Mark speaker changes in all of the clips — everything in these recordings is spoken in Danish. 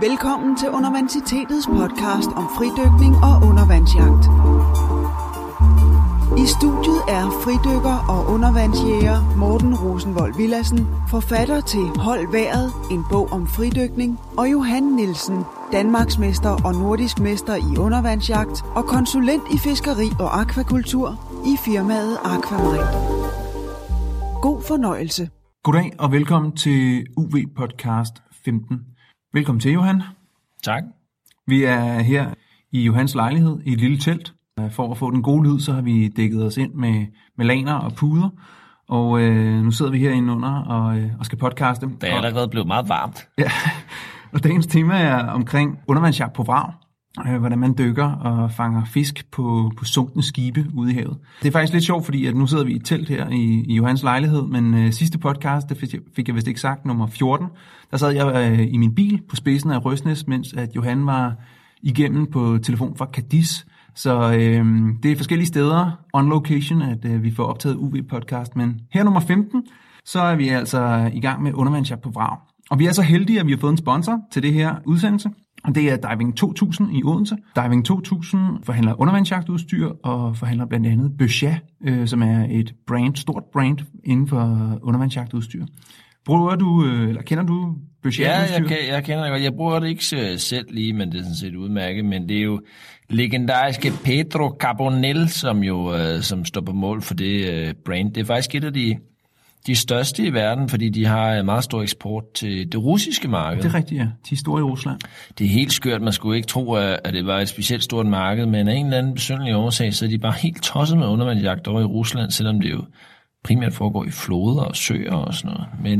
Speaker 1: Velkommen til Undervansitetets podcast om fridykning og undervandsjagt. I studiet er fridykker og undervandsjæger Morten Rosenvold Villadsen, forfatter til Hold Vejret, en bog om fridykning, og Johan Nielsen, danmarksmester og nordisk mester i undervandsjagt og konsulent i fiskeri og akvakultur i firmaet Aquamarin. God fornøjelse.
Speaker 2: Goddag og velkommen til UV Podcast 15. Velkommen til, Johan.
Speaker 3: Tak.
Speaker 2: Vi er her i Johans lejlighed i et lille telt. For at få den gode lyd, så har vi dækket os ind med laner og puder. Og nu sidder vi herinde under og skal podcaste.
Speaker 3: Det er allerede blevet meget varmt.
Speaker 2: Ja, og dagens tema er omkring undervandsjagt på vrag. Hvordan man dykker og fanger fisk på sunkne skibe ude i havet. Det er faktisk lidt sjovt, fordi at nu sidder vi i et telt her i Johans lejlighed, men sidste podcast, det fik jeg vist ikke sagt, nummer 14, der sad jeg i min bil på spidsen af Røsnæs, mens at Johan var igennem på telefon fra Cadiz. Så det er forskellige steder on location, at vi får optaget UV-podcast, men her nummer 15, så er vi altså i gang med undervandsjagt på vrag. Og vi er så heldige, at vi har fået en sponsor til det her udsendelse. Og det er Diving 2000 i Odense. Diving 2000 forhandler undervandsjagtudstyr og forhandler blandt andet Böchat, som er et stort brand inden for undervandsjagtudstyr. Bruger du, eller kender du Böchat-udstyr?
Speaker 3: Ja, jeg kender det godt. Jeg bruger det ikke selv lige, men det er sådan set udmærket. Men det er jo legendariske Pedro Carbonell, som står på mål for det brand. Det er faktisk et af de største i verden, fordi de har meget stor eksport til det russiske marked.
Speaker 2: Det er rigtigt, ja. De er store i Rusland.
Speaker 3: Det er helt skørt. Man skulle ikke tro, at det var et specielt stort marked, men af en eller anden besynderlig årsag, så er de bare helt tosset med undervandsjagt over i Rusland, selvom det jo primært foregår i floder og søer og sådan noget.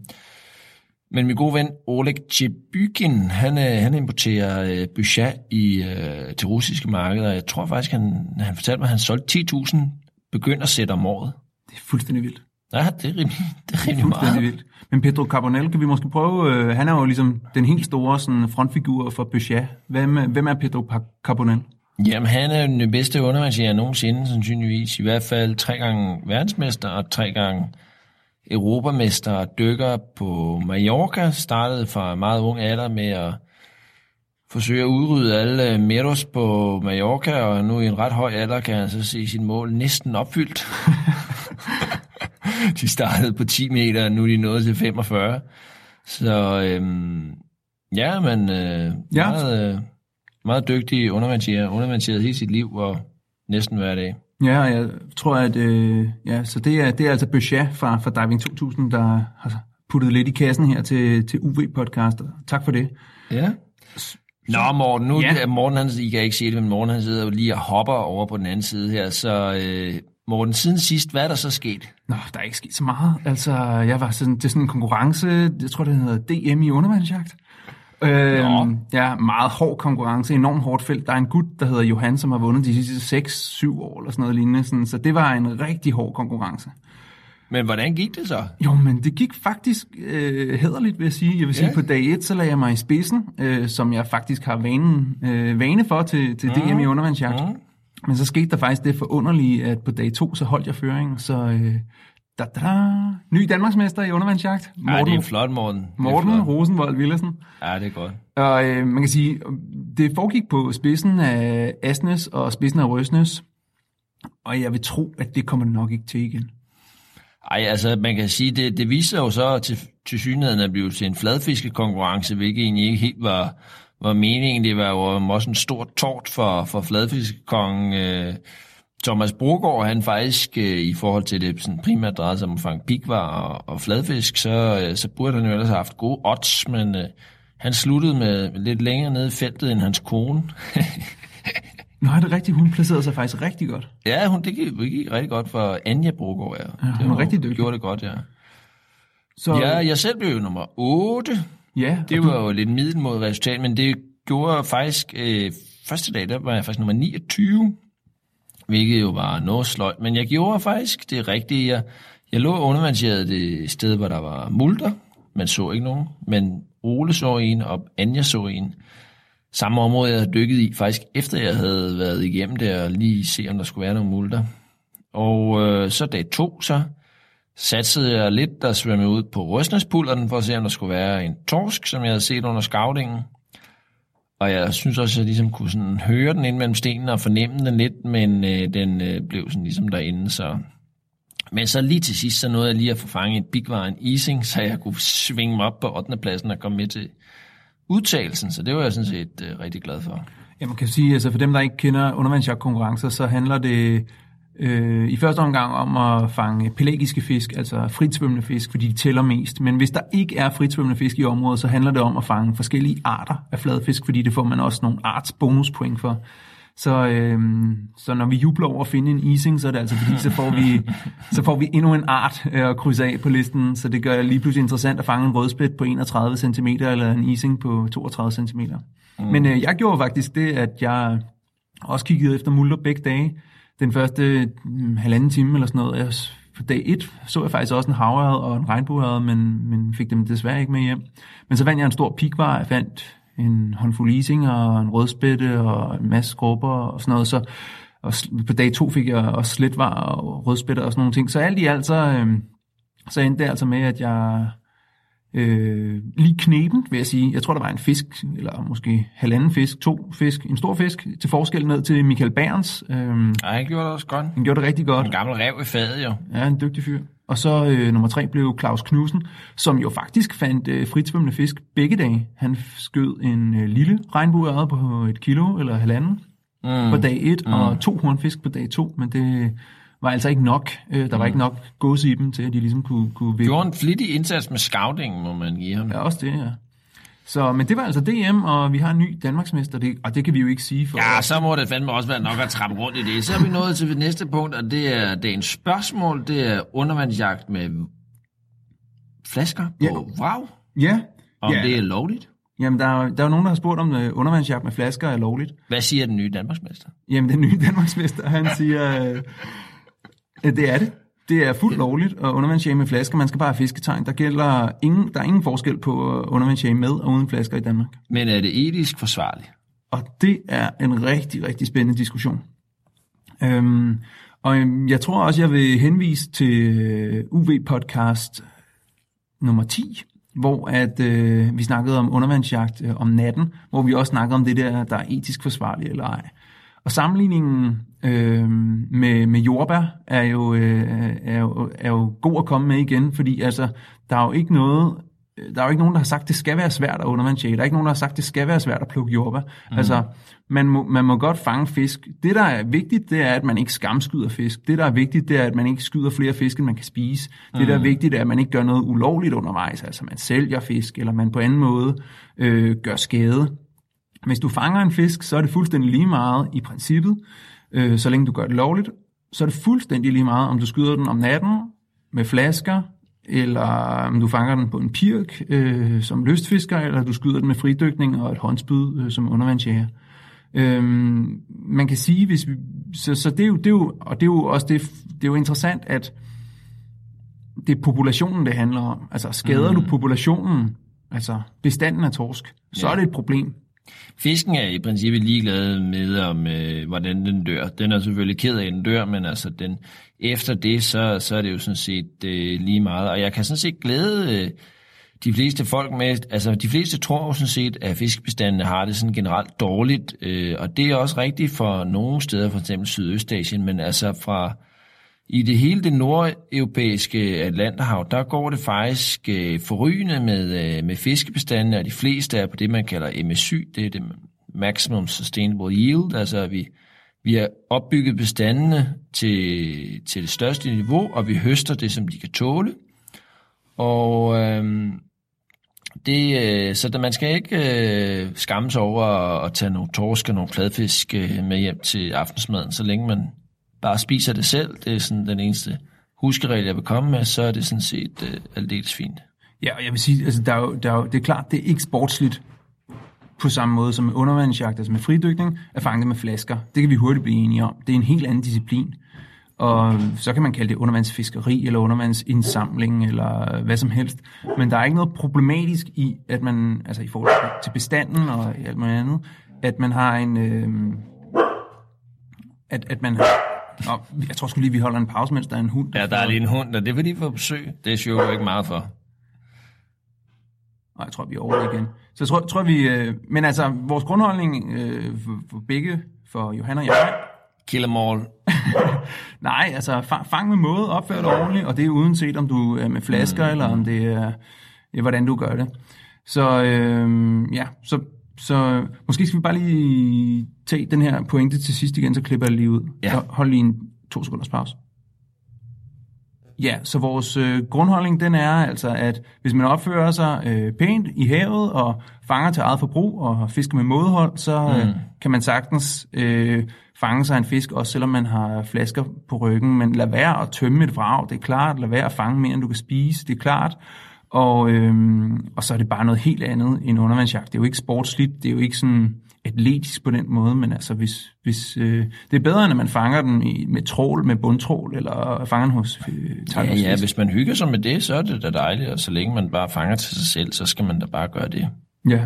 Speaker 3: Men min gode ven Oleg Chebykin, han importerer Böchat til russiske markeder, og jeg tror faktisk, han fortalte mig, at han solgte 10.000 begynder-sæt om året.
Speaker 2: Det er fuldstændig vildt.
Speaker 3: Ja, det er rimelig meget.
Speaker 2: Vildt. Men Pedro Carbonell, kan vi måske prøve, han er jo ligesom den helt store sådan, frontfigur for Böchat. Hvem er Pedro Carbonell?
Speaker 3: Jamen, han er den bedste undervandsjæger nogensinde, sandsynligvis. I hvert fald 3 gange verdensmester og 3 gange europamester og dykker på Mallorca. Startede fra meget ung alder med at forsøge at udrydde alle meros på Mallorca, og nu i en ret høj alder kan han så se sit mål næsten opfyldt. De startede på 10 meter, og nu er de nået til 45. Så meget dygtig undervandsjæger. Undervandsjæret hele sit liv og næsten hver dag.
Speaker 2: Ja, jeg tror, at så det er altså Böchat fra Diving 2000, der har puttet lidt i kassen her til UV-podcast. Tak for det.
Speaker 3: Ja. Nå, Morten, Morten, I kan ikke se det, men Morten han sidder jo lige og hopper over på den anden side her, så Morten, siden sidst, hvad er der så sket?
Speaker 2: Nå, der er ikke sket så meget. Altså, jeg var til sådan en konkurrence, jeg tror, det hedder DM i undervandsjagt. Ja, meget hård konkurrence, enormt hårdt felt. Der er en gut, der hedder Johan, som har vundet de sidste 6-7 år, eller sådan noget lignende, sådan, så det var en rigtig hård konkurrence.
Speaker 3: Men hvordan gik det så?
Speaker 2: Jo, men det gik faktisk hæderligt, vil jeg sige. Jeg vil sige, på dag 1, så lagde jeg mig i spidsen, som jeg faktisk har vane for til DM i undervandsjagt. Men så skete der faktisk det forunderlige, at på dag 2, så holdt jeg føringen, så ny danmarksmester i undervandsjagt.
Speaker 3: Ja, det er flot, Morten.
Speaker 2: Morten Rosenvold Villadsen.
Speaker 3: Ja, det er godt.
Speaker 2: Og man kan sige, det foregik på spidsen af Asnæs og spidsen af Røsnæs, og jeg vil tro, at det kommer nok ikke til igen.
Speaker 3: Ej, altså man kan sige, det viser jo så til synligheden at blive til en fladfiskekonkurrence, hvilket egentlig ikke helt var meningen. Det var jo også en stor tort for fladfiskekongen Thomas Brogaard. Han faktisk i forhold til det sådan primært drejede sig om at fange pikvar og fladfisk, så burde han jo ellers have haft gode odds, men han sluttede med lidt længere nede i feltet end hans kone.
Speaker 2: Nå, er det rigtigt? Hun placerede sig faktisk rigtig godt.
Speaker 3: Ja, det gik rigtig godt for Anja Brogaard. Ja.
Speaker 2: Hun var rigtig dygtig.
Speaker 3: Gjorde det godt, ja. Så jeg selv blev jo nummer 8.
Speaker 2: Ja.
Speaker 3: Det var jo lidt middelmådigt resultat, men det gjorde faktisk første dag, der var jeg faktisk nummer 29, hvilket jo var noget sløjt. Men jeg gjorde faktisk det rigtige. Jeg lå undervandsjæret det sted, hvor der var multer. Man så ikke nogen, men Ole så en, og Anja så en. Samme område, jeg havde dykket i, faktisk efter jeg havde været igennem det, og lige se, om der skulle være nogle multer. Og så dag 2, så satsede jeg lidt, der svømmede ud på Røsnæspullerten, for at se, om der skulle være en torsk, som jeg havde set under scoutingen. Og jeg synes også, at jeg ligesom kunne sådan høre den ind mellem stenene og fornemme den lidt, men den blev sådan ligesom derinde, så... Men så lige til sidst, så nåede jeg lige at få fanget et big var en ising, så jeg kunne svinge mig op på 8. pladsen og komme med til udtagelsen, så det var jeg sådan set rigtig glad for.
Speaker 2: Ja, man kan sige, altså for dem, der ikke kender undervandsjagtkonkurrencer, så handler det i første omgang om at fange pelagiske fisk, altså fritsvømmende fisk, fordi de tæller mest. Men hvis der ikke er fritsvømmende fisk i området, så handler det om at fange forskellige arter af fladfisk, fordi det får man også nogle arts bonuspoint for. Så når vi jubler over at finde en ising, så er det altså fordi, så får vi endnu en art at krydse af på listen, så det gør lige pludselig interessant at fange en rødspæt på 31 cm eller en ising på 32 cm. Men jeg gjorde faktisk det, at jeg også kiggede efter multer begge dage. Den første halvanden time eller sådan noget. På dag 1 så jeg faktisk også en havørred og en regnbueørred, men fik dem desværre ikke med hjem. Men så fandt jeg en stor pikvar. Jeg fandt en håndfuld ising og en rødspætte og en masse skrubber og sådan noget. Så og på dag 2 fik jeg også sletvar og rødspætter og sådan nogle ting. Så alt i alt så endte det altså med, at jeg lige knebent, vil jeg sige. Jeg tror, der var en fisk, eller måske halvanden fisk, 2 fisk, en stor fisk, til forskel ned til Michael Berns.
Speaker 3: Han gjorde det også godt.
Speaker 2: Han gjorde det rigtig godt.
Speaker 3: En gammel ræv i fadet, jo.
Speaker 2: Ja, en dygtig fyr. Og så nummer 3 blev Claus Knudsen, som jo faktisk fandt fritsvømmende fisk begge dage. Han skød en lille regnbueørred på 1 kilo eller halvanden på dag 1, og 2 hornfisk på dag 2, men det var altså ikke nok. Der var ikke nok gås i dem til, at de ligesom kunne vippe.
Speaker 3: Gjorde en flittig indsats med scouting, må man give ham.
Speaker 2: Ja, også det, ja. Så, men det var altså DM, og vi har en ny Danmarksmester, og det kan vi jo ikke sige for...
Speaker 3: Ja, så må det fandme også være nok at trappe rundt i det. Så er vi nået til det næste punkt, og det er dagens spørgsmål. Det er undervandsjagt med flasker på vrag.
Speaker 2: Ja.
Speaker 3: Om det er lovligt.
Speaker 2: Jamen, der er jo nogen, der har spurgt, om undervandsjagt med flasker er lovligt.
Speaker 3: Hvad siger den nye Danmarksmester?
Speaker 2: Jamen, den nye Danmarksmester, han siger, det er det. Det er fuldt lovligt at undervandsjage med flasker. Man skal bare have fisketegn. Der er ingen forskel på at undervandsjage med og uden flasker i Danmark.
Speaker 3: Men er det etisk forsvarligt?
Speaker 2: Og det er en rigtig, rigtig spændende diskussion. Og jeg tror også, jeg vil henvise til UV-podcast nummer 10, hvor at vi snakkede om undervandsjagt om natten, hvor vi også snakkede om det der er etisk forsvarligt eller ej. Og sammenligningen med jordbær er jo god at komme med igen, fordi altså der er jo ikke nogen, der har sagt, at det skal være svært at undervandsjage. Der er ikke nogen, der har sagt, at det skal være svært at plukke jordbær. Altså, man må godt fange fisk. Det, der er vigtigt, det er, at man ikke skamskyder fisk. Det, der er vigtigt, det er, at man ikke skyder flere fisk, end man kan spise. Det, der er vigtigt, er, at man ikke gør noget ulovligt undervejs. Altså, man sælger fisk, eller man på anden måde gør skade. Hvis du fanger en fisk, så er det fuldstændig lige meget i princippet. Så længe du gør det lovligt, så er det fuldstændig lige meget, om du skyder den om natten med flasker, eller om du fanger den på en pirk som lystfisker, eller du skyder den med fridykning og et håndspyd som undervandsjæger. Man kan sige, så det er jo også det er jo interessant, at det er populationen, det handler om. Altså skader du populationen, altså bestanden af torsk, så er det et problem.
Speaker 3: Fisken er i princippet ligeglad med, hvordan den dør. Den er selvfølgelig ked af, at den dør, men altså efter det, så er det jo sådan set lige meget. Og jeg kan sådan set glæde de fleste folk med, altså de fleste tror jo sådan set, at fiskebestandene har det sådan generelt dårligt, og det er også rigtigt for nogle steder, for eksempel Sydøstasien, men altså i det hele det nordeuropæiske Atlanterhav, der går det faktisk forrygende med fiskebestandene, og de fleste er på det, man kalder MSY, det er det Maximum Sustainable Yield, altså vi har opbygget bestandene til det største niveau, og vi høster det, som de kan tåle. Og så man skal ikke skamme sig over at tage nogle torsk og nogle fladfisk med hjem til aftensmaden, så længe man bare spiser det selv. Det er sådan den eneste huskeregel, jeg vil komme med, så er det sådan set aldeles fint. Ja, og jeg vil sige, altså det er klart, det er ikke sportsligt på samme måde som med undervandsjagt, altså med fridykning, at fange med flasker. Det kan vi hurtigt blive enige om. Det er en helt anden disciplin. Og så kan man kalde det undervandsfiskeri, eller undervandsindsamling, eller hvad som helst. Men der er ikke noget problematisk i, at man, altså i forhold til bestanden og alt muligt andet, at man har en... at man har... jeg tror sgu lige, vi holder en pause, mens der er en hund. Ja, der er lige en hund, og det vil de få besøg. Det er jo ikke meget for.
Speaker 2: Og jeg tror, vi er over det igen. Så jeg tror vi... men altså, vores grundholdning for begge, for Johan og jeg...
Speaker 3: Kill them all.
Speaker 2: Nej, altså fang med måde, opfør dig ordentligt, og det er uanset om du er med flasker, eller om det er, hvordan du gør det. Så måske skal vi bare lige tage den her pointe til sidst igen, så klipper jeg lige ud.
Speaker 3: Ja.
Speaker 2: Så hold lige en 2 sekunders pause. Ja, så vores grundholdning, den er altså, at hvis man opfører sig pænt i havet, og fanger til eget forbrug, og fisker med mådehold, så kan man sagtens fange sig en fisk, også selvom man har flasker på ryggen. Men lad være at tømme et vrag, det er klart. Lad være at fange mere, end du kan spise, det er klart. Og så er det bare noget helt andet end undervandsjagt. Det er jo ikke sportsligt, det er jo ikke sådan atletisk på den måde, men altså hvis det er bedre, end at man fanger den med trål, med bundtrål, eller fanger den hos
Speaker 3: ja, hvis man hygger sig med det, så er det da dejligt, og så længe man bare fanger til sig selv, så skal man da bare gøre det.
Speaker 2: Ja.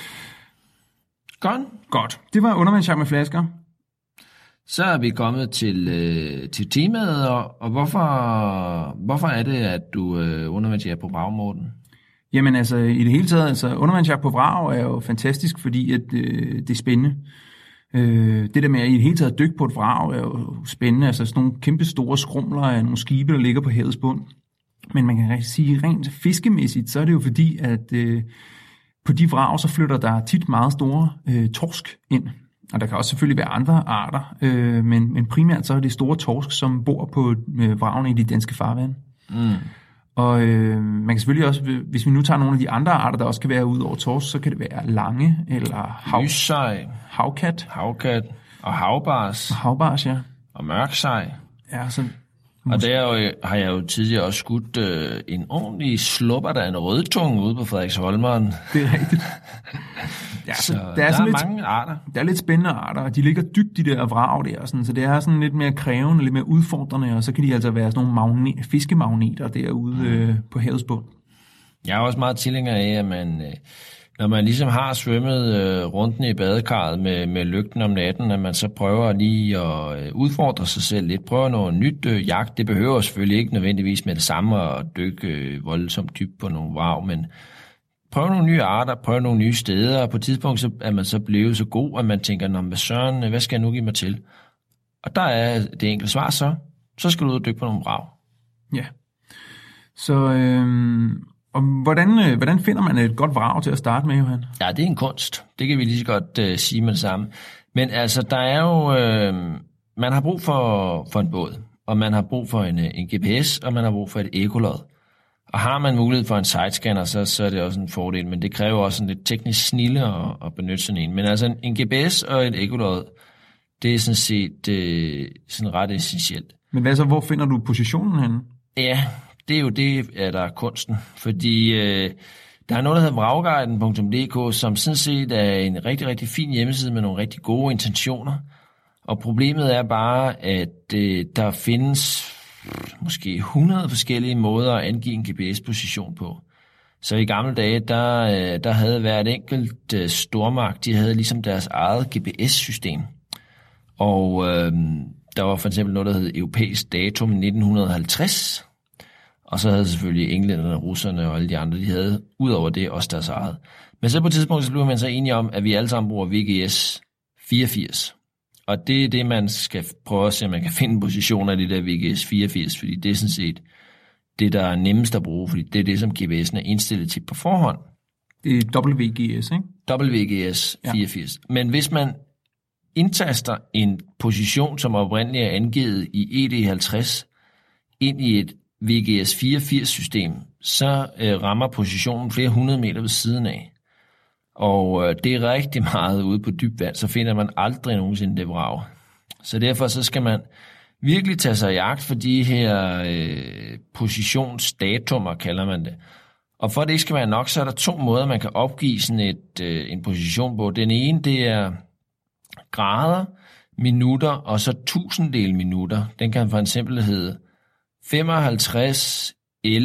Speaker 3: Godt.
Speaker 2: Det var undervandsjagt med flasker.
Speaker 3: Så er vi kommet til temaet, og hvorfor er det, at du undervandsjager på vrag, Morten?
Speaker 2: Jamen altså, i det hele taget, altså undervandsjagt på vrag er jo fantastisk, fordi at, det er spændende. Det der med at i det hele taget dykke på et vrag er jo spændende. Altså sådan nogle kæmpe store skrumler af nogle skibe, der ligger på havets bund. Men man kan sige rent fiskemæssigt, så er det jo fordi, at på de vrag, så flytter der tit meget store torsk ind. Og der kan også selvfølgelig være andre arter, men primært så er det store torsk, som bor på vragene i de danske farvande. Og man kan selvfølgelig også, hvis vi nu tager nogle af de andre arter, der også kan være ud over torsk, så kan det være lange eller
Speaker 3: lyssej,
Speaker 2: havkat
Speaker 3: og havbars.
Speaker 2: Havbars, ja.
Speaker 3: Og mørksej.
Speaker 2: Ja, så...
Speaker 3: Og der har jeg jo tidligere også skudt en ordentlig slupper, der er en rødtunge ude på Frederiksholmeren.
Speaker 2: Det er rigtigt. Ja,
Speaker 3: så der er lidt, mange arter.
Speaker 2: Der er lidt spændende arter, og de ligger dybt i der vrag der, sådan, så det er sådan lidt mere krævende, lidt mere udfordrende, og så kan de altså være sådan nogle fiskemagneter derude på havets bund. Jeg
Speaker 3: er også meget tilhænger af, at man... Når man ligesom har svømmet rundt i badekarret med lygten om natten, at man så prøver lige at udfordre sig selv lidt, prøver noget nyt jagt. Det behøver selvfølgelig ikke nødvendigvis med det samme at dykke voldsomt dybt på nogle vrag, men prøv nogle nye arter, prøv nogle nye steder, og på et tidspunkt så er man så blevet så god, at man tænker, hvad søren, hvad skal jeg nu give mig til? Og der er det enkle svar så skal du ud og dykke på nogle vrag.
Speaker 2: Ja, så... Og hvordan finder man et godt vrag til at starte med, Johan?
Speaker 3: Ja, det er en kunst. Det kan vi lige så godt sige med det samme. Men altså, der er jo... man har brug for en båd, og man har brug for en GPS, og man har brug for et ekolod. Og har man mulighed for en sidescanner, så er det også en fordel, men det kræver også en lidt teknisk snilde at benytte sådan en. Men altså, en GPS og et ekolod, det er sådan set sådan ret essentielt.
Speaker 2: Men hvad så, hvor finder du positionen henne?
Speaker 3: Ja, det er jo det, der er kunsten, fordi der er noget, der hedder vragguiden.dk, som sådan set er en rigtig, rigtig fin hjemmeside med nogle rigtig gode intentioner. Og problemet er bare, at der findes måske 100 forskellige måder at angive en GPS-position på. Så i gamle dage, der havde hvert enkelt stormagt, de havde ligesom deres eget GPS-system. Og der var for eksempel noget, der hed Europæisk Datum 1950, og så havde selvfølgelig englænderne, russerne og alle de andre, de havde ud over det også deres eget. Men så på et tidspunkt, så blev man så enige om, at vi alle sammen bruger VGS 84. Og det er det, man skal prøve at se, om man kan finde positioner af det der VGS 84, fordi det er sådan set det, der er nemmest at bruge, fordi det er det, som GPS'en er indstillet til på forhånd.
Speaker 2: Det er WGS, ikke?
Speaker 3: WGS 84. Ja. Men hvis man indtaster en position, som oprindeligt er angivet i ED50, ind i et VGS 84-system, så rammer positionen flere 100 meter ved siden af. Og det er rigtig meget ude på dybt vand, så finder man aldrig nogensinde det vrag. Så derfor så skal man virkelig tage sig i jagt for de her positionsdatumer, kalder man det. Og for at det ikke skal være nok, så er der 2 måder, man kan opgive sådan en position på. Den ene, det er grader, minutter og så tusindedel minutter. Den kan for eksempel hedde 55,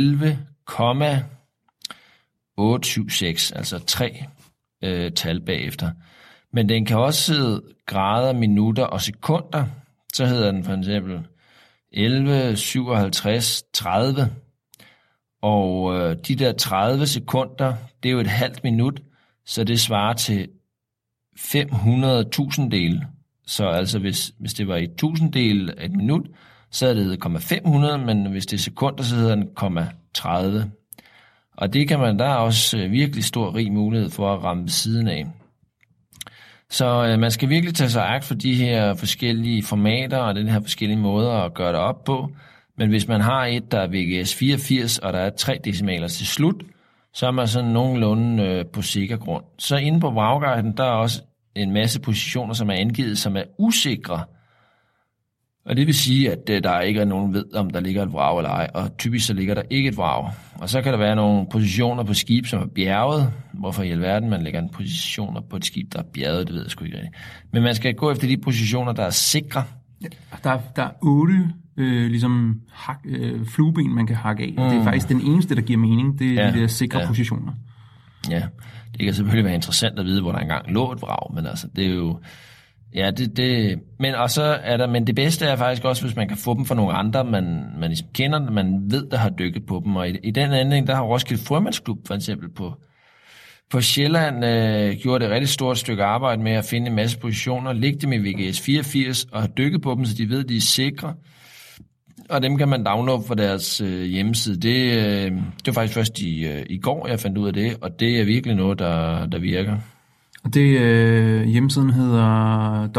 Speaker 3: 11,876, altså 3 tal bagefter. Men den kan også hedde grader, minutter og sekunder. Så hedder den for eksempel 11, 57, 30. Og de der 30 sekunder, det er jo et halvt minut, så det svarer til 500.000 dele. Så altså hvis det var i 1000 del af et minut, så havde det heddet 0,500, men hvis det er sekunder, så hedder den 0,30. Og det kan man, der er også virkelig stor rig mulighed for at ramme ved siden af. Så man skal virkelig tage sig agt for de her forskellige formater og den her forskellige måder at gøre det op på. Men hvis man har et, der er VGS 84, og der er 3 decimaler til slut, så er man sådan nogenlunde på sikker grund. Så inde på vragguiden, der er også en masse positioner, som er angivet, som er usikre. Og det vil sige, at der ikke er nogen ved, om der ligger et vrag eller ej, og typisk så ligger der ikke et vrag. Og så kan der være nogle positioner på skib, som er bjerget. Hvorfor i alverden man lægger en positioner på et skib, der er bjerget, det ved jeg sgu ikke rigtigt. Men man skal gå efter de positioner, der er sikre.
Speaker 2: Ja, der er 8 flueben, man kan hakke af. Det er faktisk den eneste, der giver mening. Det er de der sikre positioner.
Speaker 3: Ja, det kan selvfølgelig være interessant at vide, hvor der engang lå et vrag, men altså, det er jo... Ja, men det bedste er faktisk også, hvis man kan få dem fra nogle andre, man ligesom kender, man ved, der har dykket på dem. Og i den anden, der har Roskilde Frømandsklub for eksempel på Sjælland gjort et rigtig stort stykke arbejde med at finde en masse positioner, lægge dem i VGS 84 og have dykket på dem, så de ved, de er sikre. Og dem kan man downloade fra deres hjemmeside. Det var faktisk først i går, jeg fandt ud af det, og det er virkelig noget, der virker.
Speaker 2: Og det hjemmesiden hedder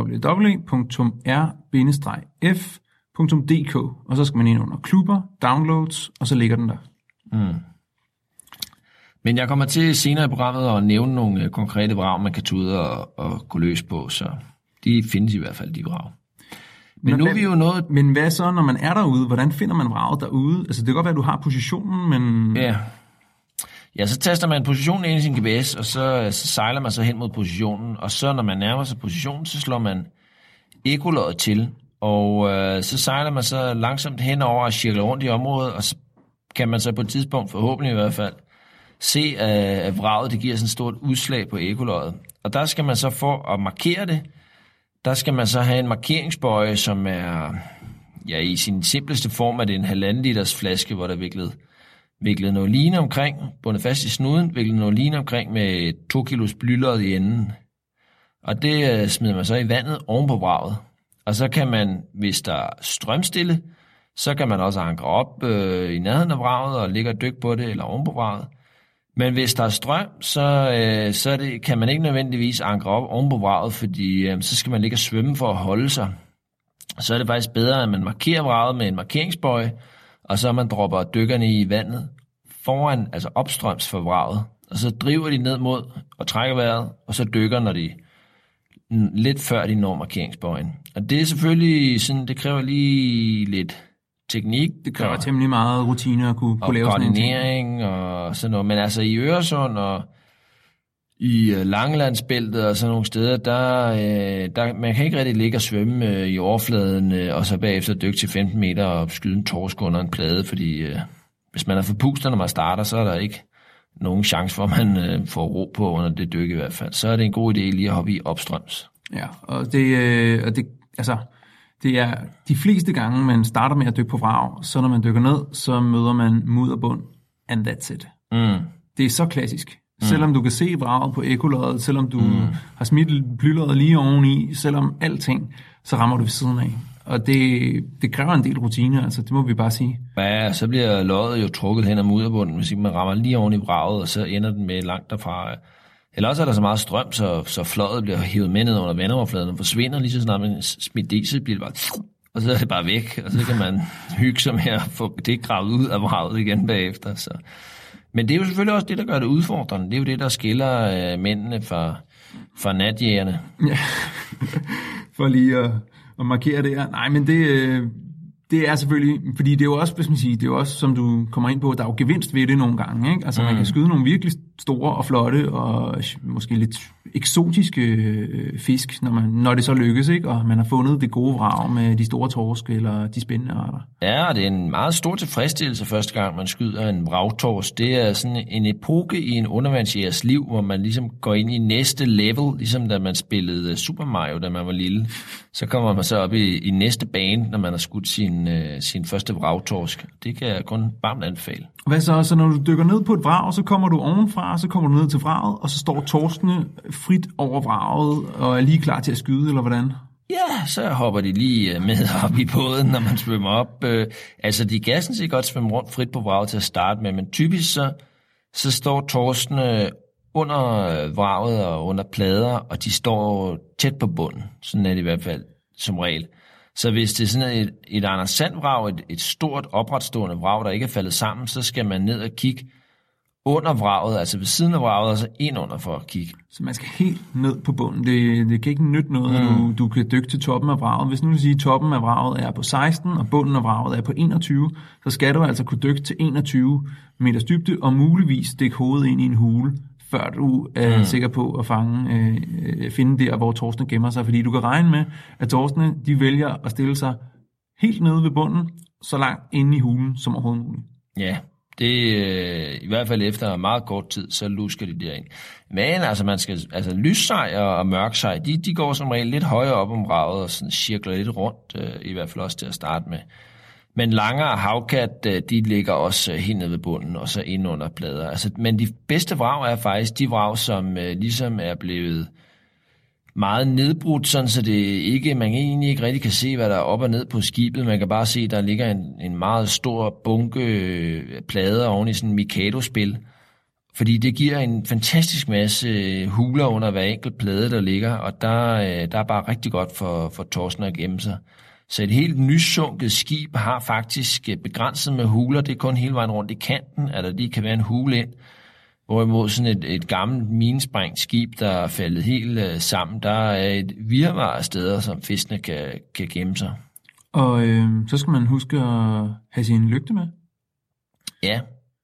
Speaker 2: www.r-f.dk, og så skal man ind under klubber, downloads, og så ligger den der.
Speaker 3: Men jeg kommer til senere i programmet at nævne nogle konkrete vrag, man kan tage ud og gå løs på, så de findes i hvert fald, de vrag.
Speaker 2: Men hvad så, når man er derude? Hvordan finder man vraget derude? Altså, det kan godt være, at du har positionen, men...
Speaker 3: Ja, så taster man positionen ind i sin GPS, og så sejler man så hen mod positionen, og så når man nærmer sig positionen, så slår man ekkoloddet til, og så sejler man så langsomt henover og cirkler rundt i området, og så kan man så på et tidspunkt, forhåbentlig i hvert fald, se, at vraget det giver sådan et stort udslag på ekkoloddet. Og der skal man så for at markere det, der skal man så have en markeringsbøje, som er, i sin simpleste form, er det en 1,5 liters flaske, hvor der er viklet noget line omkring, bundet fast i snuden, viklet noget line omkring med 2 kilos blylod i enden. Og det smider man så i vandet oven på vraget. Og så kan man, hvis der er strømstille, så kan man også ankre op i nærheden af vraget og ligge og dykke på det, eller oven på vraget. Men hvis der er strøm, så kan man ikke nødvendigvis ankre op oven på vraget, fordi så skal man ligge og svømme for at holde sig. Så er det faktisk bedre, at man markerer vraget med en markeringsbøje, og så man dropper dykkerne i vandet foran, altså opstrøms for vraget, og så driver de ned mod og trækker vejret, og så dykker, når de lidt før de når markeringsbøjen. Og det er selvfølgelig sådan, det kræver lige lidt teknik.
Speaker 2: Det kræver temmelig meget rutine at kunne lave sådan en ting.
Speaker 3: Og koordinering og sådan noget. Men altså i Øresund og i Langelandsbæltet og sådan nogle steder, der man kan ikke rigtig ligge og svømme i overfladen, og så bagefter dykke til 15 meter og skyde en torsk under en plade, fordi hvis man er forpustet, når man starter, så er der ikke nogen chance for, at man får ro på under det dykke i hvert fald. Så er det en god idé lige at hoppe i opstrøms.
Speaker 2: Ja, og det er de fleste gange, man starter med at dykke på vrag, så når man dykker ned, så møder man mudderbund, and that's it. Det er så klassisk. Selvom du kan se vraget på ekkoloddet, selvom du har smidt blyloddet lige oveni, selvom alting, så rammer du ved siden af. Og det kræver en del rutine, altså det må vi bare sige.
Speaker 3: Ja, så bliver loddet jo trukket hen ad mudderbunden, hvis man rammer lige oven i vraget, og så ender den med langt derfra. Eller også er der så meget strøm, så flådet bliver hævet med ned under vandoverfladen og forsvinder lige så snart man smidt dieselbil bare, og så er det bare væk, og så kan man hygge sig med at få det gravet ud af vraget igen bagefter. Så. Men det er jo selvfølgelig også det, der gør det udfordrende. Det er jo det, der skiller mændene fra natjægerne.
Speaker 2: Ja, for lige at markere det her. Nej, men det er selvfølgelig, fordi det er jo også, hvis man siger, det er jo også, som du kommer ind på, der er jo gevinst ved det nogle gange, ikke? Altså man kan skyde nogle virkelig store og flotte og måske lidt eksotiske fisk, når det så lykkes, ikke? Og man har fundet det gode vrag med de store torsk eller de spændende arter.
Speaker 3: Ja, og det er en meget stor tilfredsstillelse første gang, man skyder en vragtorsk. Det er sådan en epoke i en undervandsjægers liv, hvor man ligesom går ind i næste level, ligesom da man spillede Super Mario, da man var lille. Så kommer man så op i næste bane, når man har skudt sin første vragtorsk. Det kan jeg kun varmt anbefale.
Speaker 2: Hvad så når du dykker ned på et vrag, så kommer du ovenfra, så kommer du ned til vraget, og så står torskene frit over vraget og er lige klar til at skyde, eller hvordan?
Speaker 3: Ja, så hopper de lige med op i båden, når man svømmer op. Altså, de kan sådan set godt svømme rundt frit på vraget til at starte med, men typisk så står torskene under vraget og under plader, og de står tæt på bunden. Sådan er det i hvert fald som regel. Så hvis det er sådan et Anders Sand-vrag, et stort opretstående vrag, der ikke er faldet sammen, så skal man ned og kigge under vraget, altså ved siden af vraget, og så ind under for at kigge.
Speaker 2: Så man skal helt ned på bunden. Det kan ikke nytte noget, at du kan dykke til toppen af vraget. Hvis nu vil sige, at toppen af vraget er på 16, og bunden af vraget er på 21, så skal du altså kunne dykke til 21 meters dybde, og muligvis stikke hovedet ind i en hule, før du er sikker på at finde der, hvor torskene gemmer sig. Fordi du kan regne med, at torskene, de vælger at stille sig helt nede ved bunden, så langt inde i hulen som overhovedet muligt.
Speaker 3: Ja, det i hvert fald efter meget kort tid, så lusker de derind. Men altså lyssej og mørksej, de går som regel lidt højere op om vraget og sådan cirkler lidt rundt, i hvert fald også til at starte med. Men langer og havkat, de ligger også helt nede ved bunden og så ind under plader. Altså, men de bedste vrag er faktisk de vrag, som ligesom er blevet meget nedbrudt, sådan så det ikke, man egentlig ikke rigtig kan se, hvad der er op og ned på skibet. Man kan bare se, at der ligger en meget stor bunke plader oven i sådan en Mikado-spil. Fordi det giver en fantastisk masse huler under hver enkelt plade, der ligger, og der er bare rigtig godt for torsken at gemme sig. Så et helt nysunket skib har faktisk begrænset med huler. Det er kun hele vejen rundt i kanten, at der lige kan være en hule ind. Hvorimod sådan et gammelt minesprængt skib, der er faldet helt sammen, der er et virvar af steder, som fiskene kan gemme sig.
Speaker 2: Og så skal man huske at have sin lygte med?
Speaker 3: Ja,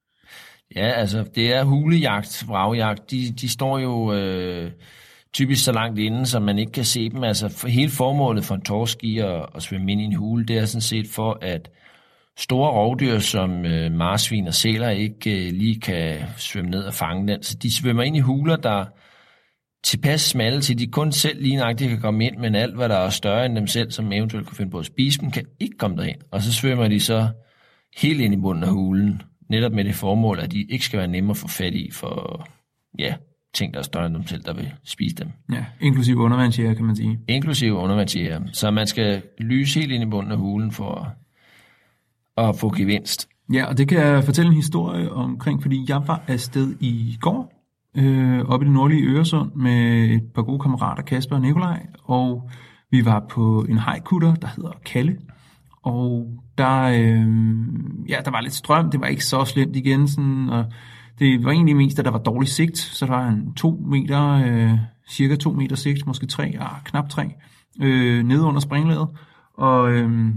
Speaker 3: altså det er hulejagt, vragjagt. De står jo typisk så langt inde, så man ikke kan se dem. Altså hele formålet for en torsk i at svømme ind i en hule, det er sådan set for, at store rovdyr som marsvin og sæler ikke lige kan svømme ned og fange den. Så de svømmer ind i huler, der tilpas smalle til, de kun selv lige nøjagtigt kan komme ind, men alt, hvad der er større end dem selv, som eventuelt kan finde på at spise dem, kan ikke komme derind. Og så svømmer de så helt ind i bunden af hulen, netop med det formål, at de ikke skal være nemme at få fat i for, ting, der er større end dem selv, der vil spise dem.
Speaker 2: Ja, inklusive undervandsjæger, kan man sige.
Speaker 3: Inklusive undervandsjæger. Så man skal lyse helt ind i bunden af hulen for at få gevinst.
Speaker 2: Ja, og det kan jeg fortælle en historie omkring, fordi jeg var afsted i går, oppe i det nordlige Øresund, med et par gode kammerater, Kasper og Nikolaj, og vi var på en hajkutter, der hedder Kalle, og der var lidt strøm, det var ikke så slemt igen, sådan, og det var egentlig mest, at der var dårlig sigt, så der var en 2 meter, cirka 2 meter sigt, måske 3, knap 3, nede under springlaget, og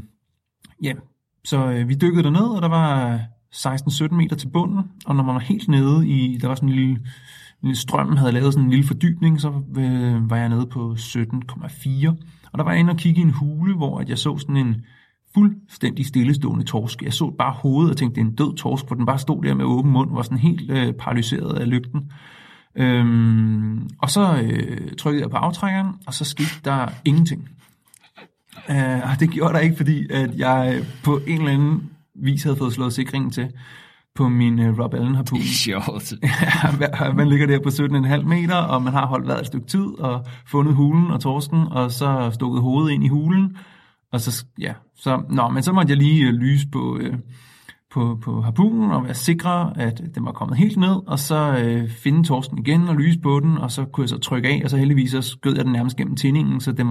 Speaker 2: så vi dykkede derned, og der var 16-17 meter til bunden, og når man var helt nede i, der var sådan en lille strømmen havde lavet sådan en lille fordybning, så var jeg nede på 17,4, og der var jeg inde og kigge i en hule, hvor jeg så sådan en fuldstændig stillestående torsk. Jeg så bare hovedet og tænkte, det er en død torsk, hvor den bare stod der med åben mund, var sådan helt paralyseret af lygten. Og så trykkede jeg på aftrækkeren, og så skete der ingenting. Og det gjorde der ikke, fordi at jeg på en eller anden vis havde fået slået sikringen til på min Rob Allen harpun.
Speaker 3: Det er sjovt.
Speaker 2: Ja, man ligger der på 17,5 meter, og man har holdt vejret et stykke tid, og fundet hulen og torsken, og så stukket hovedet ind i hulen. Og men så måtte jeg lige lyse på harpunen og være sikre, at den var kommet helt ned, og så finde torsken igen og lyse på den, og så kunne jeg så trykke af, og så heldigvis så skød jeg den nærmest gennem tændingen, så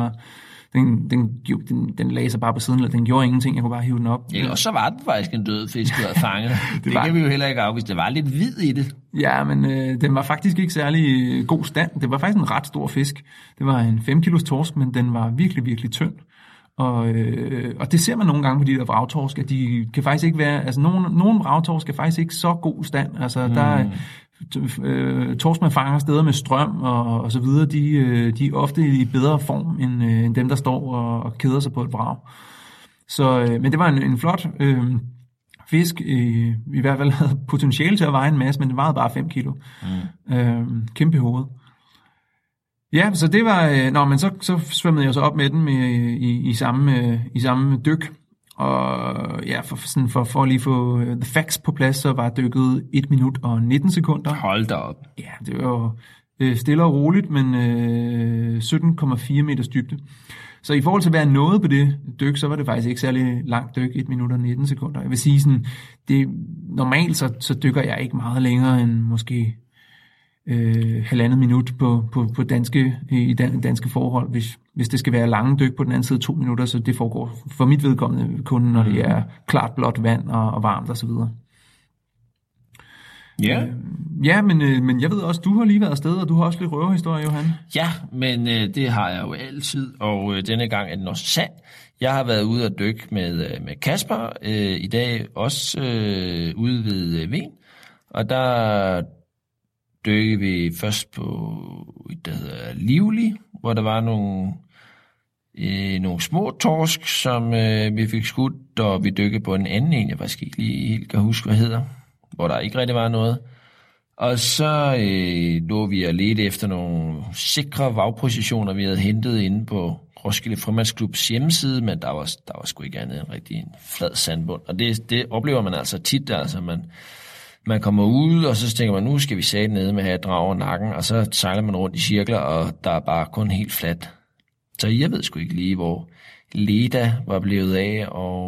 Speaker 2: den lagde sig bare på siden, eller den gjorde ingenting, jeg kunne bare hive den op.
Speaker 3: Ja, og så var den faktisk en død fisk, der havde fanget. det kan vi jo heller ikke afvise. Det var lidt hvid i det.
Speaker 2: Ja, men den var faktisk ikke særlig god stand. Det var faktisk en ret stor fisk. Det var en 5 kilos torsk, men den var virkelig, virkelig tynd. Og det ser man nogle gange på de der vragtorsk, at de kan faktisk ikke være, altså nogle vragtorsk er faktisk ikke så god stand. Altså der er torsk, man fanger steder med strøm og så videre, de er ofte i bedre form end dem, der står og keder sig på et vrag. Så, men det var en flot fisk, i hvert fald havde potentiale til at veje en masse, men det vejede bare 5 kilo. Kæmpe hoved. Ja, så det var... men så svømmede jeg så op med den i samme dyk. Og ja, for lige få the facts på plads, så var dykket 1 minut og 19 sekunder.
Speaker 3: Hold da op.
Speaker 2: Ja, det var stille og roligt, men 17,4 meters dybde. Så i forhold til at være noget på det dyk, så var det faktisk ikke særlig langt dyk, 1 minut og 19 sekunder. Jeg vil sige sådan, normalt så dykker jeg ikke meget længere end måske 1,5 minut på danske forhold, hvis det skal være lange dyk på den anden side 2 minutter, så det foregår for mit vedkommende kun, når det er klart blåt vand og varmt og så videre.
Speaker 3: Ja.
Speaker 2: Ja, men jeg ved også, du har lige været afsted, og du har også lidt røverhistorie, Johan.
Speaker 3: Ja, men det har jeg jo altid, og denne gang er den også sand. Jeg har været ude at dykke med Kasper i dag, også ude ved Ven, og der dykkede vi først på, der hedder Livlig, hvor der var nogle små torsk, som vi fik skudt, og vi dykkede på en anden en, jeg faktisk ikke lige helt kan huske, hvad hedder, hvor der ikke rigtig var noget. Og så lå vi at lede efter nogle sikre vagpositioner, vi havde hentet inde på Roskilde Frømandsklubs hjemmeside, men der var sgu ikke andet end rigtig en flad sandbund. Og det oplever man altså tit, altså man kommer ud, og så tænker man, nu skal vi sætte nede med at have drag over nakken, og så sejler man rundt i cirkler, og der er bare kun helt fladt. Så jeg ved sgu ikke lige, hvor Leda var blevet af,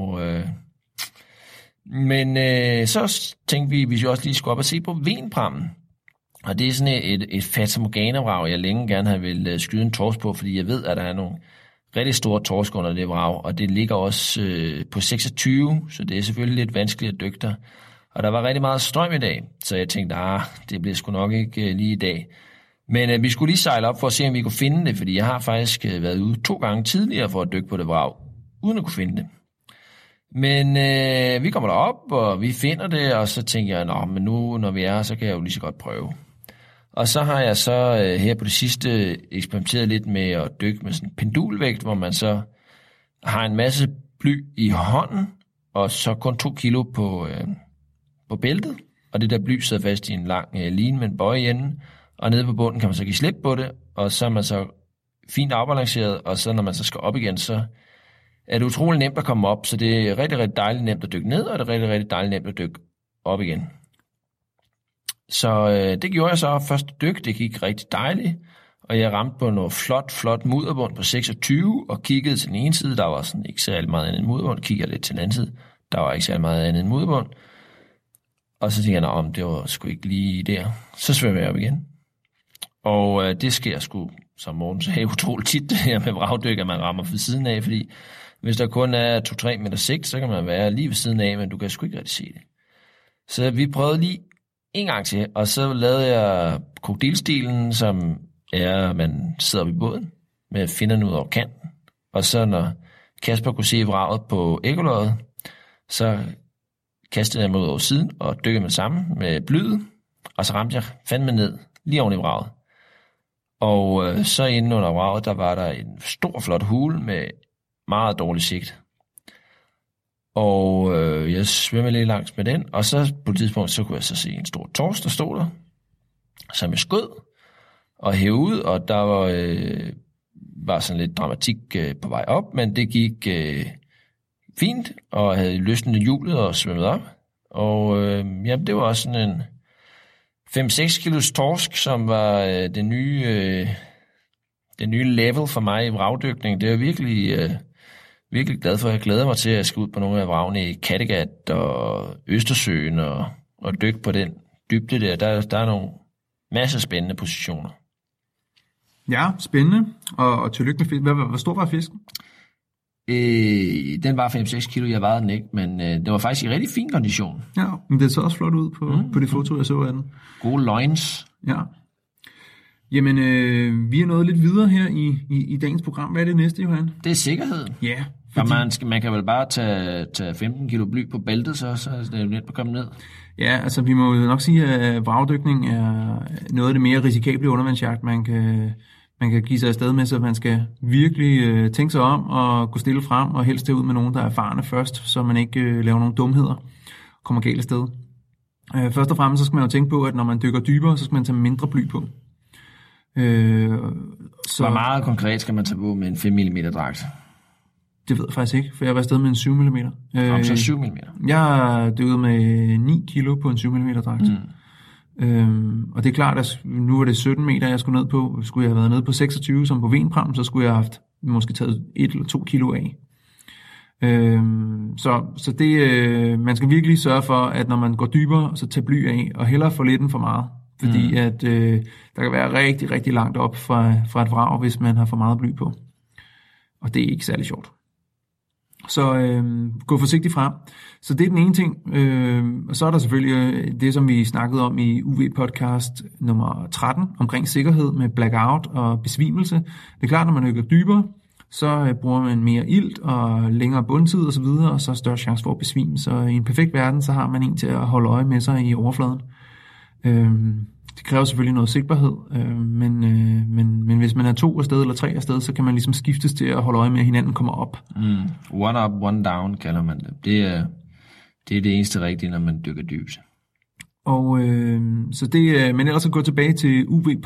Speaker 3: men så tænkte vi også lige skulle op og se på Venprammen. Og det er sådan et fatamorgana-vrag, jeg længe gerne har vil skyde en torsk på, fordi jeg ved, at der er nogle rigtig store torsk under det vrag, og det ligger også på 26, så det er selvfølgelig lidt vanskeligt at dykke der. Og der var rigtig meget strøm i dag, så jeg tænkte, det bliver sgu nok ikke lige i dag. Men vi skulle lige sejle op for at se, om vi kunne finde det, fordi jeg har faktisk været ude 2 gange tidligere for at dykke på det vrag, uden at kunne finde det. Men vi kommer derop, og vi finder det, og så tænker jeg, men nu når vi er her, så kan jeg jo lige så godt prøve. Og så har jeg så her på det sidste eksperimenteret lidt med at dykke med sådan en pendulvægt, hvor man så har en masse bly i hånden, og så kun 2 kilo på bæltet, og det der bly sidder fast i en lang line med en bøje i enden, og nede på bunden kan man så give slip på det, og så er man så fint afbalanceret, og så når man så skal op igen, så er det utrolig nemt at komme op, så det er rigtig, rigtig dejligt nemt at dykke ned, og det er rigtig, rigtig dejligt nemt at dykke op igen. Så det gjorde jeg så første dyk, det gik rigtig dejligt, og jeg ramte på noget flot mudderbund på 26, og kiggede til den ene side, der var sådan ikke særlig meget andet end mudderbund, kiggede lidt til den anden side, der var ikke særlig meget andet end mudderbund, og så tænkte jeg, det var sgu ikke lige der, så svømmer jeg op igen. Og det sker sgu, som Morten sagde, utroligt tit det her med vragdyk, at man rammer ved siden af, fordi hvis der kun er 2-3 meter sigt, så kan man være lige ved siden af, men du kan sgu ikke rigtig se det. Så vi prøvede lige en gang til, og så lavede jeg krokodilstilen, som er, man sidder ved båden med finnerne ud over kanten. Og så når Kasper kunne se vraget på ekkoloddet, så kastede jeg mig ud over siden og dykkede med sammen med blyet, og så ramte jeg fandme ned lige oven i vraget. Og så inde under vraget, der var der en stor, flot hule med meget dårlig sigt. Og jeg svømmede lidt langs med den, og så på et tidspunkt, så kunne jeg så se en stor torsk, der stod der, som jeg skød og hævde ud, og der var sådan lidt dramatik på vej op, men det gik fint, og havde løsnet hjulet og svømmet op. Og det var også sådan en 5-6 kilos torsk, som var det nye level for mig i vragdykning. Det er virkelig glad for. Jeg glæder mig til at skal ud på nogle af vragene i Kattegat og Østersøen og dykke på den dybde der. Der er nogle masser af spændende positioner.
Speaker 2: Ja, spændende. Og tillykke med fisk. Hvor stor var fisken?
Speaker 3: Den var 5-6 kilo, jeg vejede den ikke, men det var faktisk i rigtig fin kondition.
Speaker 2: Ja, men det så også flot ud på det foto, jeg så af den.
Speaker 3: Gode loins.
Speaker 2: Ja. Jamen, vi er nået lidt videre her i dagens program. Hvad er det næste, Johan?
Speaker 3: Det er sikkerheden.
Speaker 2: Ja.
Speaker 3: Fordi... Man kan vel bare tage 15 kilo bly på bæltet, så er det jo lidt på at komme ned.
Speaker 2: Ja, altså vi må nok sige, at vragdykning er noget af det mere risikable undervandsjagt, man kan give sig afsted med, så man skal virkelig tænke sig om og gå stille frem og helst ud med nogen, der er erfarne først, så man ikke laver nogle dumheder, kommer galt afsted. Først og fremmest så skal man jo tænke på, at når man dykker dybere, så skal man tage mindre bly på.
Speaker 3: Så hvor meget konkret skal man tage på med en 5 mm dragt?
Speaker 2: Det ved jeg faktisk ikke, for jeg var afsted med en 7 mm.
Speaker 3: Så 7 mm?
Speaker 2: Jeg har dykket med 9 kilo på en 7 mm dragt. Og det er klart, at nu var det 17 meter, jeg skulle ned på. Skulle jeg have været nede på 26 som på Venpram, så skulle jeg have haft måske taget 1 eller 2 kilo af. Så det, man skal virkelig sørge for, at når man går dybere, så tage bly af, og hellere få lidt end for meget. Fordi at der kan være rigtig, rigtig langt op fra et vrag, hvis man har for meget bly på. Og det er ikke særlig sjovt. Så gå forsigtigt frem. Så det er den ene ting. Og så er der selvfølgelig det, som vi snakkede om i UV-podcast nummer 13, omkring sikkerhed med blackout og besvimelse. Det er klart, når man dykker dybere, så bruger man mere ilt og længere bundtid osv., og så er større chance for at besvime. Så i en perfekt verden, så har man en til at holde øje med sig i overfladen. Det kræver selvfølgelig noget sigtbarhed, men hvis man er 2 afsted eller 3 afsted, så kan man ligesom skiftes til at holde øje med, at hinanden kommer op.
Speaker 3: One up, one down kalder man det. Det er det eneste rigtige, når man dykker dybt.
Speaker 2: Og så det, men ellers så gå tilbage til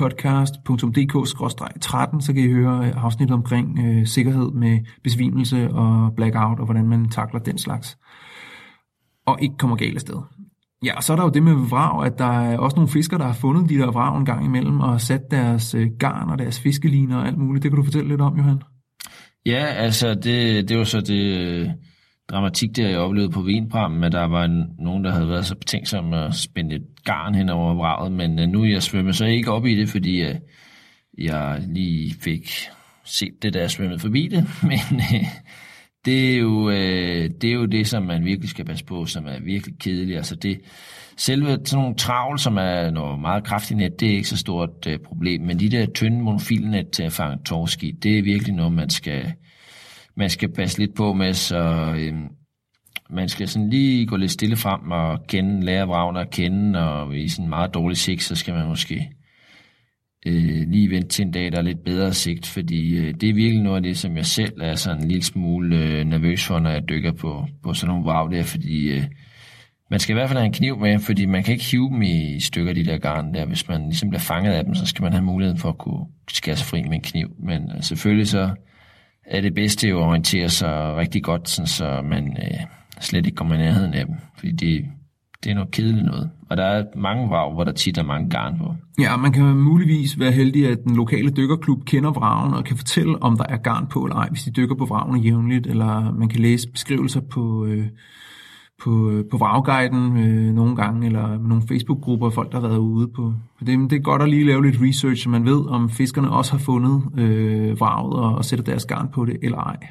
Speaker 2: uvpodcast.dk/13, så kan I høre afsnit omkring sikkerhed med besvimelse og blackout, og hvordan man takler den slags. Og ikke kommer galt afsted. Ja, og så er der jo det med vrag, at der er også nogle fiskere, der har fundet de der vrag en gang imellem, og sat deres garn og deres fiskeliner og alt muligt. Det kan du fortælle lidt om, Johan?
Speaker 3: Ja, altså det var så det dramatik, der jeg oplevede på Venpram, at der var nogen, der havde været så betænksom at spænde et garn hen over vraget, men nu er jeg svømmet så ikke op i det, fordi jeg lige fik set det, der svømmet forbi det, men det er jo det, som man virkelig skal passe på, som er virkelig kedeligt. Altså selve sådan nogle travl, som er noget meget kraftigt net, det er ikke så stort problem, men de der tynde monofilnet til at fange torsk i, det er virkelig noget, man skal passe lidt på med, så man skal sådan lige gå lidt stille frem og lære vragene at kende, og i sådan en meget dårlig sigt, så skal man måske lige vente til en dag, der er lidt bedre sigt, fordi det er virkelig noget af det, som jeg selv er sådan en lille smule nervøs for, når jeg dykker på sådan nogle vrag der, fordi man skal i hvert fald have en kniv med, fordi man kan ikke hive dem i stykker, de der garn der. Hvis man ligesom bliver fanget af dem, så skal man have muligheden for at kunne skære sig fri med en kniv, men selvfølgelig så er det bedste jo at orientere sig rigtig godt, sådan, så man slet ikke kommer i nærheden af dem, fordi det er noget kedeligt noget. Og der er mange vrag, hvor der tit er mange garn på.
Speaker 2: Ja, man kan muligvis være heldig, at den lokale dykkerklub kender vragen og kan fortælle, om der er garn på eller ej, hvis de dykker på vragene jævnligt, eller man kan læse beskrivelser på vragguiden nogle gange, eller nogle Facebook-grupper af folk, der har været ude på det. Det er godt at lige lave lidt research, så man ved, om fiskerne også har fundet vraget og sætter deres garn på det eller ej.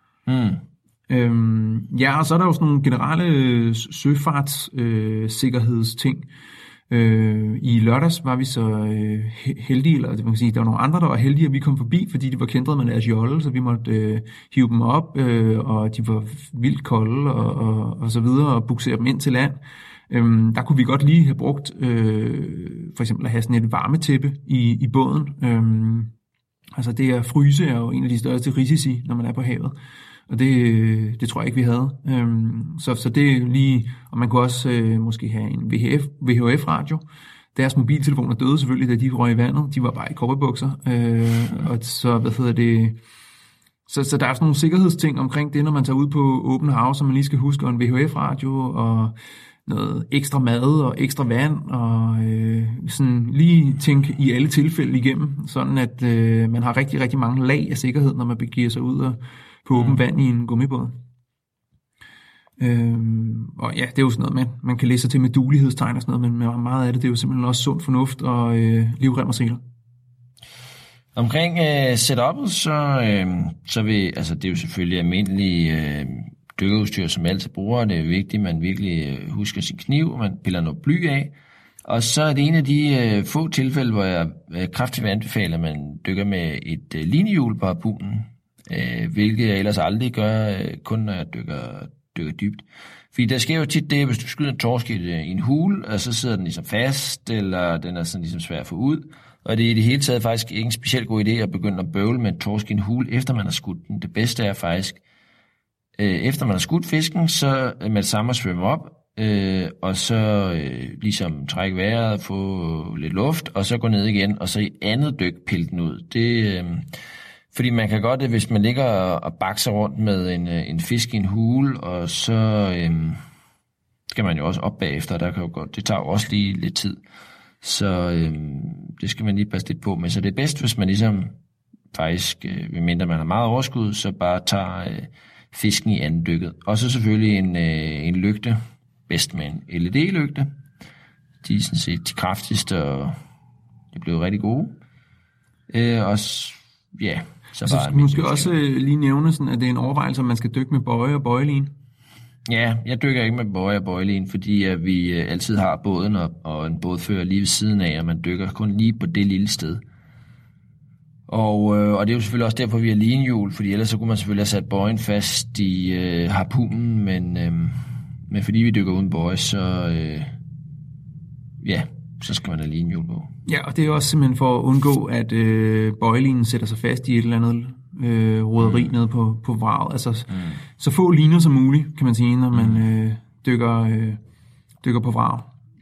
Speaker 2: Ja, og så er der jo sådan nogle generelle søfartssikkerhedsting. I lørdags var vi så heldige, eller det man kan sige, der var nogle andre, der var heldige, at vi kom forbi, fordi de var kæntret med deres jolle, så vi måtte hive dem op, og de var vildt kolde og så videre, og buksere dem ind til land. Der kunne vi godt lige have brugt for eksempel at have sådan et varmetæppe i båden. Altså det at fryse er jo en af de største risici, når man er på havet. Og det tror jeg ikke, vi havde. Så det er lige, og man kunne også måske have en VHF-radio. Deres mobiltelefoner døde selvfølgelig, da de røg i vandet. De var bare i cowboybukser. Og så, så der er sådan nogle sikkerhedsting omkring det, når man tager ud på åbent hav, så man lige skal huske, og en VHF-radio, og noget ekstra mad og ekstra vand, og sådan lige tænke i alle tilfælde igennem, sådan at man har rigtig, rigtig mange lag af sikkerhed, når man begiver sig ud og på åben vand i en gummibåd. Og ja, det er jo sådan noget, man kan læse sig til med duelighedstegn og sådan noget, men meget af det er jo simpelthen også sund fornuft og livrem og seler.
Speaker 3: Omkring setup'et, så vil, altså det er jo selvfølgelig almindelige dykkerudstyr, som altid bruger. Det er vigtigt, at man virkelig husker sin kniv, og man piller noget bly af. Og så er det en af de få tilfælde, hvor jeg kraftigt vil anbefale, at man dykker med et linehjul på harpunen, hvilket jeg ellers aldrig gør, kun når jeg dykker dybt. Fordi der sker jo tit det, hvis du skyder en torsk i en hule, og så sidder den ligesom fast, eller den er sådan ligesom svær at få ud. Og det er i det hele taget faktisk ikke en specielt god idé at begynde at bøvle med en torsk i en hule, efter man har skudt den. Det bedste er faktisk, efter man har skudt fisken, så med det samme at svømme op, og så ligesom trække vejret, få lidt luft, og så gå ned igen, og så i andet dyk pille den ud. Fordi man kan godt, hvis man ligger og bakser rundt med en fisk i en hule, og så skal man jo også op bagefter, der kan jo godt, det tager jo også lige lidt tid. Så det skal man lige passe lidt på med. Så det er bedst, hvis man ligesom faktisk, medmindre man har meget overskud, så bare tager fisken i anden dykket. Og så selvfølgelig en lygte, bedst med en LED-lygte. De er sådan set de kraftigste, og de er blevet rigtig gode. Og ja, så
Speaker 2: altså,
Speaker 3: bare...
Speaker 2: Nu skal også lige nævne, sådan, at det er en overvejelse, om man skal dykke med bøje og bøjelin.
Speaker 3: Ja, jeg dykker ikke med bøje og bøjelin, fordi at vi altid har båden og en bådfører lige ved siden af, og man dykker kun lige på det lille sted. Og det er jo selvfølgelig også derfor, vi har linehjul, fordi ellers så kunne man selvfølgelig have sat bøjen fast i harpunen, men fordi vi dykker uden bøje, så skal man have linehjul på.
Speaker 2: Ja, og det er også simpelthen for at undgå, at bøjelinen sætter sig fast i et eller andet roderi nede på vraget. Altså så få liner som muligt, kan man sige, når man dykker på vrag.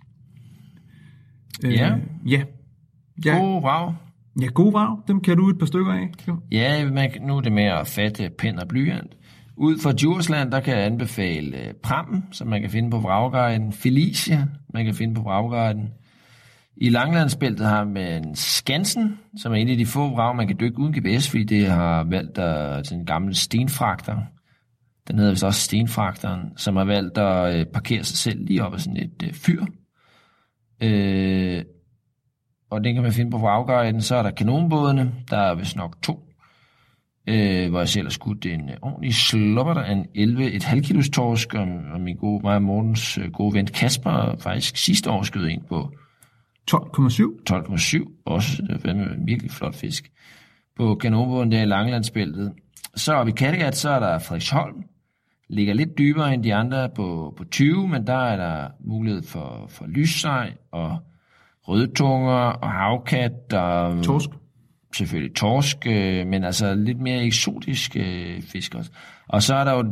Speaker 3: Ja.
Speaker 2: God
Speaker 3: vrag.
Speaker 2: Ja, god vrag. Dem kan du et par stykker af. Jo.
Speaker 3: Ja, nu er det med at fatte pen og blyant. Ud fra Djursland, der kan jeg anbefale Pram, som man kan finde på Vragguiden. Felicia, man kan finde på Vragguiden. I Langelandsbæltet har man Skansen, som er en af de få vrag, man kan dykke uden GPS, fordi det har valgt til en gammel stenfragter. Den hedder vist også Stenfragteren, som har valgt at parkere sig selv lige op ad sådan et fyr. Og den kan man finde på Vragguiden. Så er der kanonbådene, der er vist nok 2. Hvor jeg selv har skudt en ordentlig slupper af en 11,5 kilos torsk, og mig og Mortens gode ven Kasper faktisk sidste år skød en på 12,7. Også det var en virkelig flot fisk. På kanonbåden der i Langelandsbæltet. Så oppe i Kattegat, så er der Frederiksholm. Ligger lidt dybere end de andre på 20, men der er der mulighed for lyssej og rødtunger og havkat og
Speaker 2: torsk.
Speaker 3: Selvfølgelig torsk, men altså lidt mere eksotisk fisk også. Og så er der jo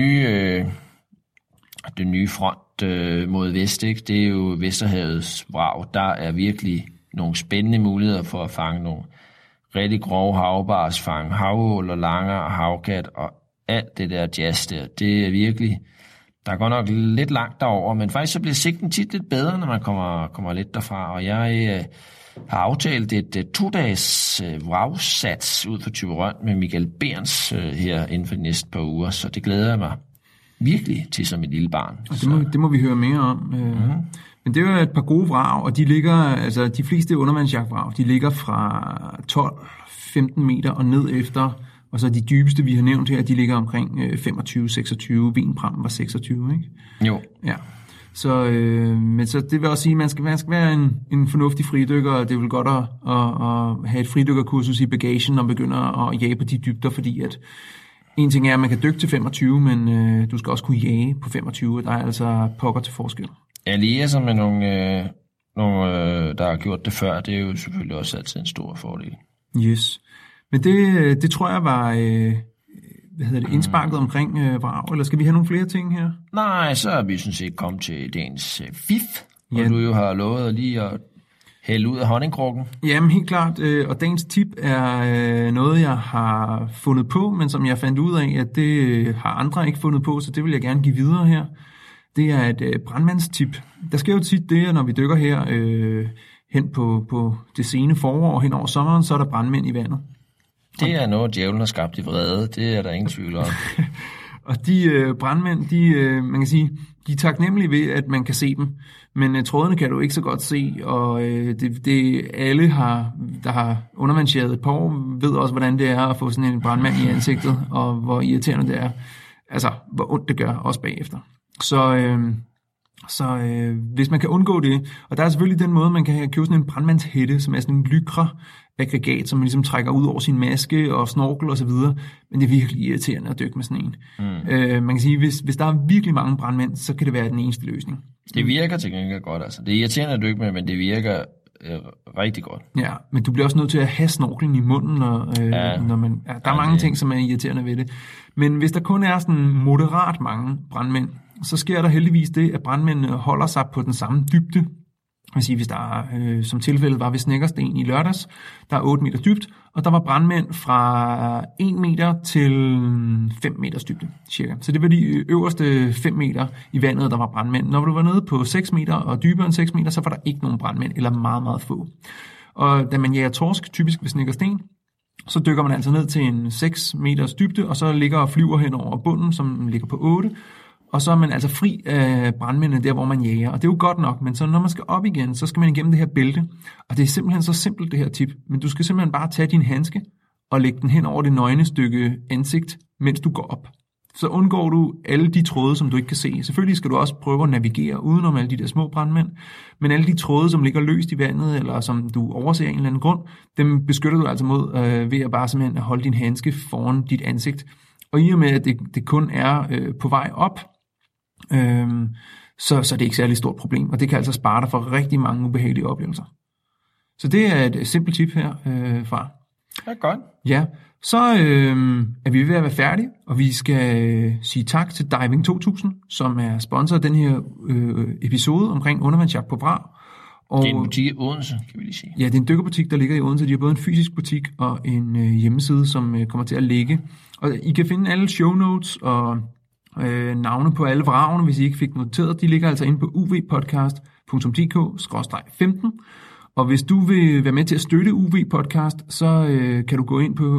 Speaker 3: den nye front mod vest, ikke? Det er jo Vesterhavets vrag. Der er virkelig nogle spændende muligheder for at fange nogle rigtig grove havbars, fange havål og langer og havkat og alt det der jazz der. Det er virkelig, der er godt nok lidt langt derover, men faktisk så bliver sigten tit lidt bedre, når man kommer lidt derfra. Og jeg har aftalt et 2-dages vragsats ud for Thyborøn med Michael Berns her inden for de næste par uger, så det glæder jeg mig virkelig til som et lille barn.
Speaker 2: Og det må vi høre mere om. Men det er jo et par gode vrag, og de ligger, altså de fleste undervandsjagtvrag, de ligger fra 12-15 meter og ned efter, og så de dybeste, vi har nævnt her, de ligger omkring 25-26, Vinpram var 26, ikke?
Speaker 3: Jo.
Speaker 2: Ja. Så, men så det vil også sige, at man skal være en fornuftig fridykker, og det er vel godt at have et fridykkerkursus i bagagen og begynde at jage på de dybder, fordi at en ting er, at man kan dykke til 25, men du skal også kunne jage på 25, og der er altså pokker til forskel.
Speaker 3: Ja, lige som med nogle, der har gjort det før, det er jo selvfølgelig også altid en stor fordel.
Speaker 2: Yes. Men det tror jeg var indsparket omkring vrag, eller skal vi have nogle flere ting her?
Speaker 3: Nej, så er vi sådan set kommet til dagens fif, og du jo har lovet lige at hælde ud af honningkrukken. Jamen
Speaker 2: helt klart, og dagens tip er noget, jeg har fundet på, men som jeg fandt ud af, at det har andre ikke fundet på, så det vil jeg gerne give videre her. Det er et brandmandstip. Der sker jo tit det, når vi dykker her hen på det sene forår, hen over sommeren, så er der brandmænd i vandet.
Speaker 3: Det er noget, djævlen har skabt i vrede. Det er der ingen tvivl om.
Speaker 2: Og de brandmænd, man kan sige, de er taknemmelige ved, at man kan se dem. Men trådene kan du ikke så godt se, og det alle, der har undervandsjaget et par år, ved også, hvordan det er at få sådan en brandmand i ansigtet, og hvor irriterende det er. Altså, hvor ondt det gør, også bagefter. Så hvis man kan undgå det, og der er selvfølgelig den måde, man kan købe sådan en brandmandshætte, som er sådan en lycra-aggregat, som man ligesom trækker ud over sin maske og snorkel og så videre, men det er virkelig irriterende at dykke med sådan en. Man kan sige, hvis der er virkelig mange brandmænd, så kan det være den eneste løsning.
Speaker 3: Det virker til gengæld godt, altså. Det er irriterende at dykke med, men det virker rigtig godt.
Speaker 2: Ja, men du bliver også nødt til at have snorkelen i munden, når man... Ja, der er mange ting, som er irriterende ved det. Men hvis der kun er sådan moderat mange brandmænd, så sker der heldigvis det, at brandmændene holder sig på den samme dybde. Jeg vil sige, hvis der som tilfældet var ved Snekkersten i lørdags, der er 8 meter dybt, og der var brandmænd fra 1 meter til 5 meters dybde, cirka. Så det var de øverste 5 meter i vandet, der var brandmænd. Når du var nede på 6 meter og dybere end 6 meter, så var der ikke nogen brandmænd, eller meget, meget få. Og da man jager torsk, typisk ved Snekkersten, så dykker man altså ned til en 6 meters dybde, og så ligger og flyver hen over bunden, som ligger på 8. Og så er man altså fri af brandmændene der, hvor man jager. Og det er jo godt nok, men så når man skal op igen, så skal man igennem det her bælte. Og det er simpelthen så simpelt, det her tip. Men du skal simpelthen bare tage din handske og lægge den hen over det nøgne stykke ansigt, mens du går op. Så undgår du alle de tråde, som du ikke kan se. Selvfølgelig skal du også prøve at navigere udenom alle de der små brandmænd. Men alle de tråde, som ligger løst i vandet, eller som du overser af en eller anden grund, dem beskytter du altså mod ved at bare simpelthen holde din handske foran dit ansigt. Og i og med, at det kun er på vej op, så er det ikke særlig stort problem, og det kan altså spare dig for rigtig mange ubehagelige oplevelser. Så det er et simpelt tip her fra.
Speaker 3: Det er godt.
Speaker 2: Ja, så er vi ved at være færdige, og vi skal sige tak til Diving 2000, som er sponsor af den her episode omkring undervandsjagt på vrag. Og
Speaker 3: det er en butik i Odense, kan vi lige sige.
Speaker 2: Ja, det er en dykkerbutik, der ligger i Odense. De har både en fysisk butik og en hjemmeside, som kommer til at ligge. Og I kan finde alle show notes og navne på alle vragene, hvis I ikke fik noteret. De ligger altså inde på uvpodcast.dk/15. Og hvis du vil være med til at støtte UV Podcast, så kan du gå ind på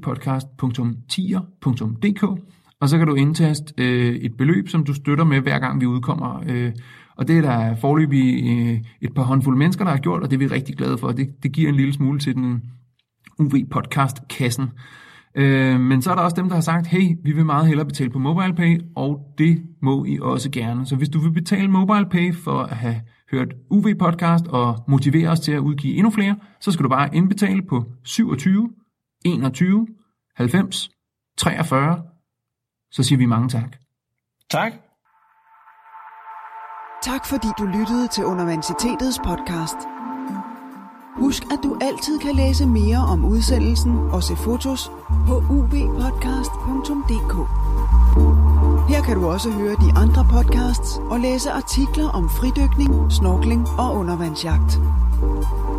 Speaker 2: uvpodcast.tier.dk, og så kan du indtaste et beløb, som du støtter med, hver gang vi udkommer. Og det er der foreløbig et par håndfulde mennesker, der har gjort, og det er vi rigtig glade for. Det giver en lille smule til den UV Podcast-kassen. Men så er der også dem, der har sagt, hey, vi vil meget hellere betale på MobilePay, og det må I også gerne. Så hvis du vil betale MobilePay for at have hørt UV Podcast og motivere os til at udgive endnu flere, så skal du bare indbetale på 27 21 90 43. Så siger vi mange tak.
Speaker 3: Tak.
Speaker 1: Tak fordi du lyttede til Universitetets podcast. Husk, at du altid kan læse mere om udsendelsen og se fotos på uvpodcast.dk. Her kan du også høre de andre podcasts og læse artikler om fridykning, snorkling og undervandsjagt.